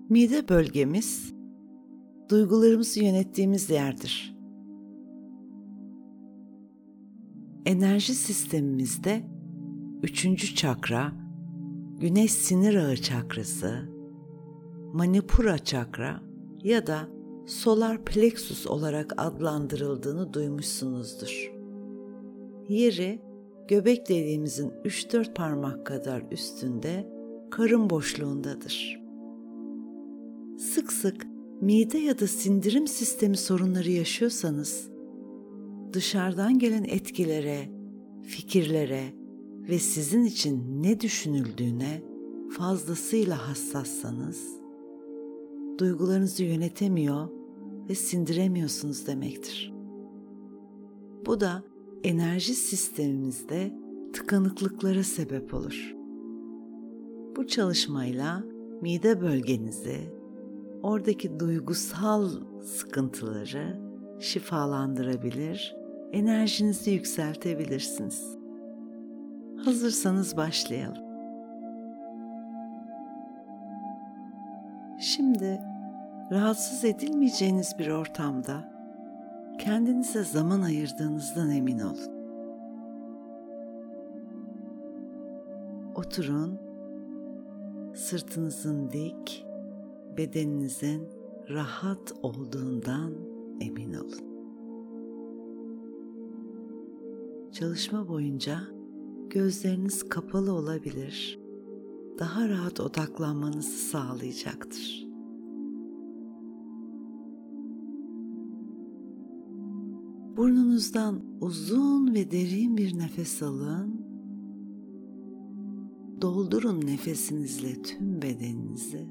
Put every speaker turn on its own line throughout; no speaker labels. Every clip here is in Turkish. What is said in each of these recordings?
Mide bölgemiz, duygularımızı yönettiğimiz yerdir. Enerji sistemimizde 3. çakra, Güneş sinir ağı çakrası, Manipura çakra ya da solar plexus olarak adlandırıldığını duymuşsunuzdur. Yeri göbek deliğimizin 3-4 parmak kadar üstünde, karın boşluğundadır. Sık sık mide ya da sindirim sistemi sorunları yaşıyorsanız, dışarıdan gelen etkilere, fikirlere ve sizin için ne düşünüldüğüne fazlasıyla hassassanız, duygularınızı yönetemiyor ve sindiremiyorsunuz demektir. Bu da enerji sistemimizde tıkanıklıklara sebep olur. Bu çalışmayla mide bölgenizi, oradaki duygusal sıkıntıları şifalandırabilir, enerjinizi yükseltebilirsiniz. Hazırsanız başlayalım. Şimdi rahatsız edilmeyeceğiniz bir ortamda kendinize zaman ayırdığınızdan emin olun. Oturun, sırtınızın dik, bedeninizin rahat olduğundan emin olun. Çalışma boyunca gözleriniz kapalı olabilir, daha rahat odaklanmanızı sağlayacaktır. Burnunuzdan uzun ve derin bir nefes alın. Doldurun nefesinizle tüm bedeninizi.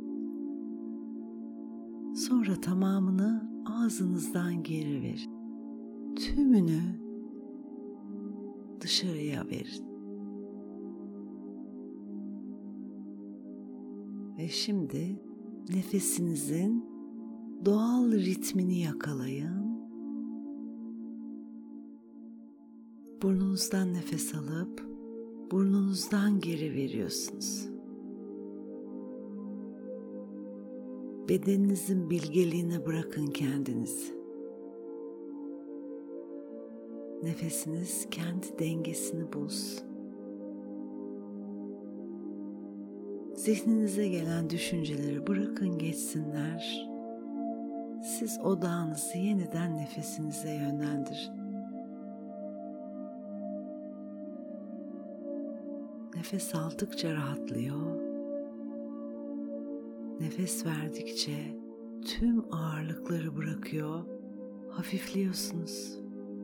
Sonra tamamını ağzınızdan geri verin. Tümünü dışarıya verin. Ve şimdi nefesinizin doğal ritmini yakalayın. Burnunuzdan nefes alıp burnunuzdan geri veriyorsunuz. Bedeninizin bilgeliğine bırakın kendinizi. Nefesiniz kendi dengesini bulsun. Zihninize gelen düşünceleri bırakın geçsinler. Siz odağınızı yeniden nefesinize yönlendirin. Nefes aldıkça rahatlıyor. Nefes verdikçe tüm ağırlıkları bırakıyor, hafifliyorsunuz.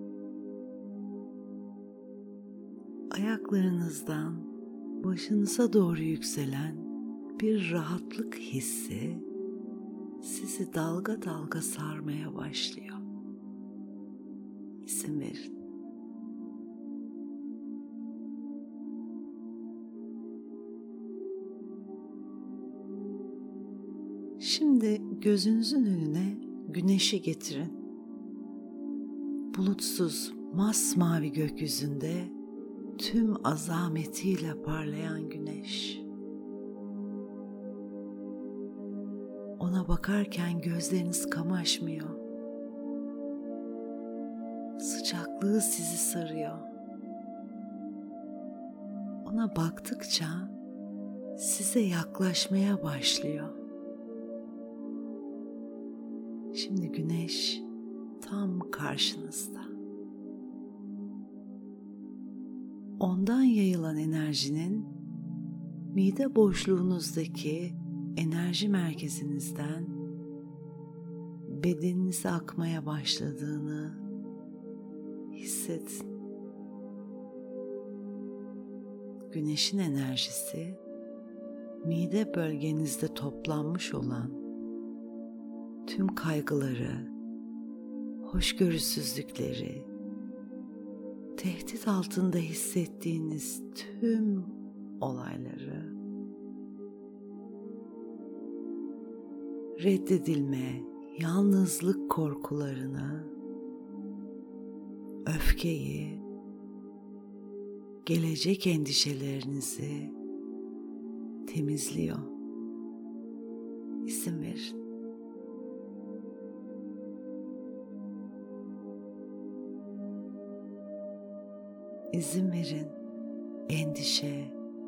Ayaklarınızdan başınıza doğru yükselen bir rahatlık hissi sizi dalga dalga sarmaya başlıyor. İzin verin. Şimdi gözünüzün önüne güneşi getirin. Bulutsuz, masmavi gökyüzünde tüm azametiyle parlayan güneş. Ona bakarken gözleriniz kamaşmıyor. Sıcaklığı sizi sarıyor. Ona baktıkça size yaklaşmaya başlıyor. Şimdi güneş tam karşınızda. Ondan yayılan enerjinin mide boşluğunuzdaki enerji merkezinizden bedeninize akmaya başladığını hissedin. Güneşin enerjisi mide bölgenizde toplanmış olan tüm kaygıları, hoşgörüsüzlükleri, tehdit altında hissettiğiniz tüm olayları, reddedilme, yalnızlık korkularını, öfkeyi, gelecek endişelerinizi temizliyor. İzin verin. İzin verin endişe,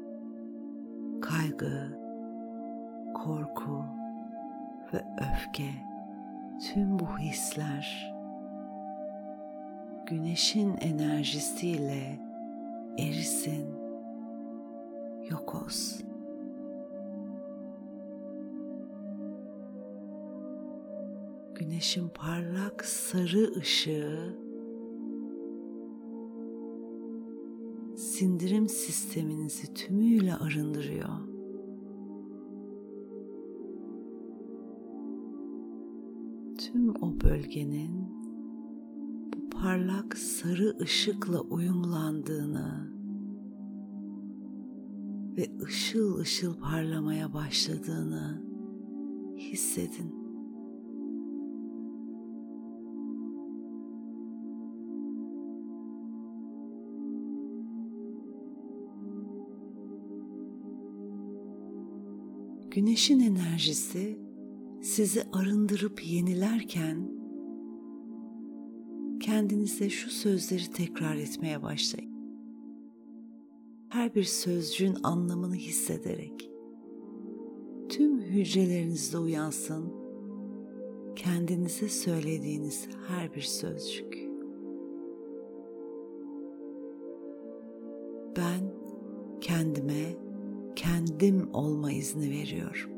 kaygı, korku ve öfke, tüm bu hisler güneşin enerjisiyle erisin, yok olsun. Güneşin parlak sarı ışığı sindirim sisteminizi tümüyle arındırıyor. Tüm o bölgenin bu parlak sarı ışıkla uyumlandığını ve ışıl ışıl parlamaya başladığını hissedin. Güneşin enerjisi sizi arındırıp yenilerken kendinize şu sözleri tekrar etmeye başlayın. Her bir sözcüğün anlamını hissederek tüm hücrelerinizde uyansın kendinize söylediğiniz her bir sözcük. Ben kendime kendim olma izni veriyorum.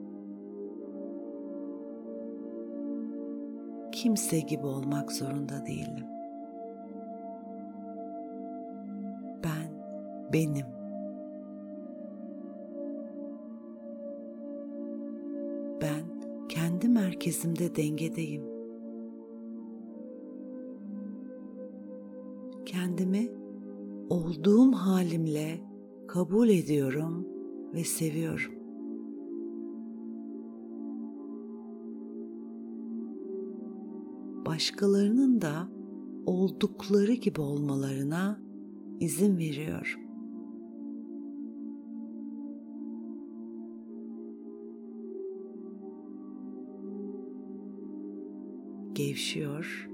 Kimse gibi olmak zorunda değilim. Ben benim. Ben kendi merkezimde dengedeyim. Kendimi olduğum halimle kabul ediyorum ve seviyorum. Başkalarının da oldukları gibi olmalarına izin veriyorum. Gevşiyor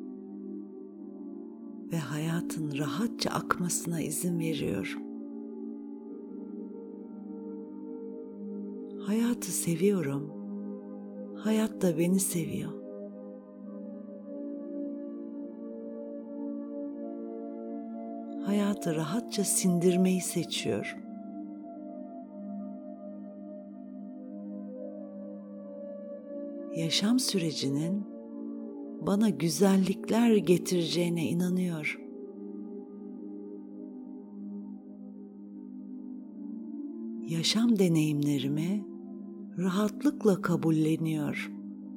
ve hayatın rahatça akmasına izin veriyorum. Hayatı seviyorum. Hayat da beni seviyor. Hayatı rahatça sindirmeyi seçiyorum. Yaşam sürecinin bana güzellikler getireceğine inanıyorum. Yaşam deneyimlerimi rahatlıkla kabulleniyorum.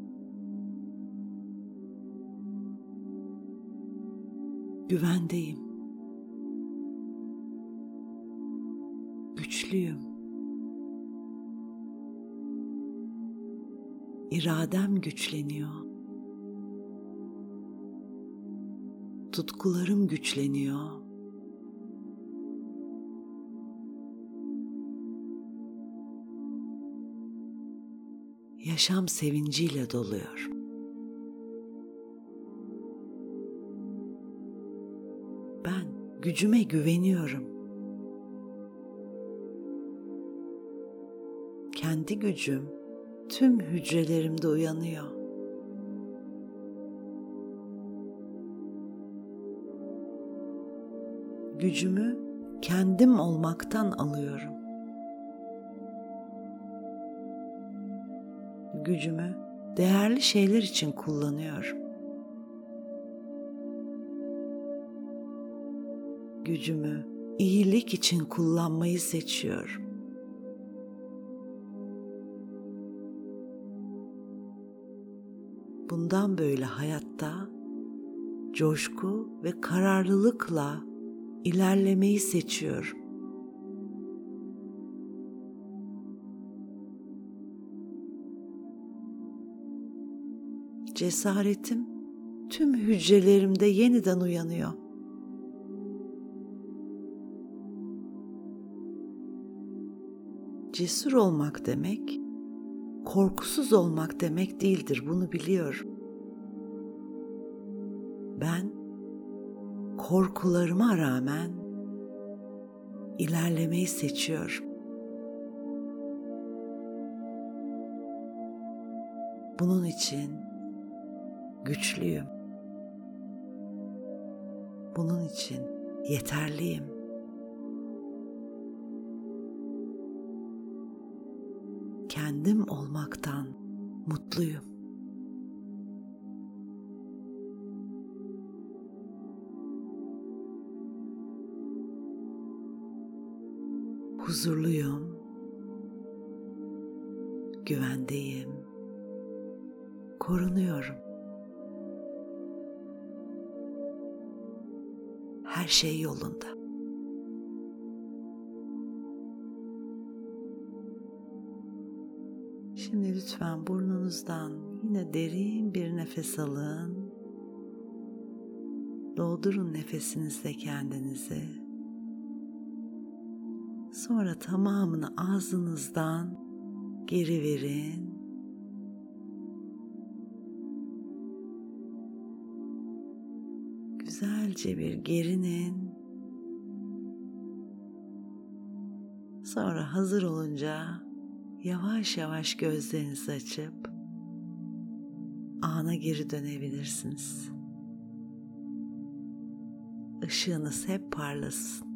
Güvendeyim. Güçlüyüm. İradem güçleniyor. Tutkularım güçleniyor. Yaşam sevinciyle doluyor. Ben gücüme güveniyorum. Kendi gücüm tüm hücrelerimde uyanıyor. Gücümü kendim olmaktan alıyorum. Gücümü değerli şeyler için kullanıyorum. Gücümü iyilik için kullanmayı seçiyorum. Bundan böyle hayatta coşku ve kararlılıkla ilerlemeyi seçiyorum. Cesaretim tüm hücrelerimde yeniden uyanıyor. Cesur olmak demek, korkusuz olmak demek değildir, bunu biliyorum. Ben korkularıma rağmen ilerlemeyi seçiyorum. Bunun için güçlüyüm. Bunun için yeterliyim. Kendim olmaktan mutluyum. Huzurluyum. Güvendeyim. Korunuyorum. Her şey yolunda. Şimdi lütfen burnunuzdan yine derin bir nefes alın. Doldurun nefesinizle kendinizi. Sonra tamamını ağzınızdan geri verin. Güzelce bir gerinin. Sonra hazır olunca yavaş yavaş gözlerinizi açıp ana geri dönebilirsiniz. Işığınız hep parlasın.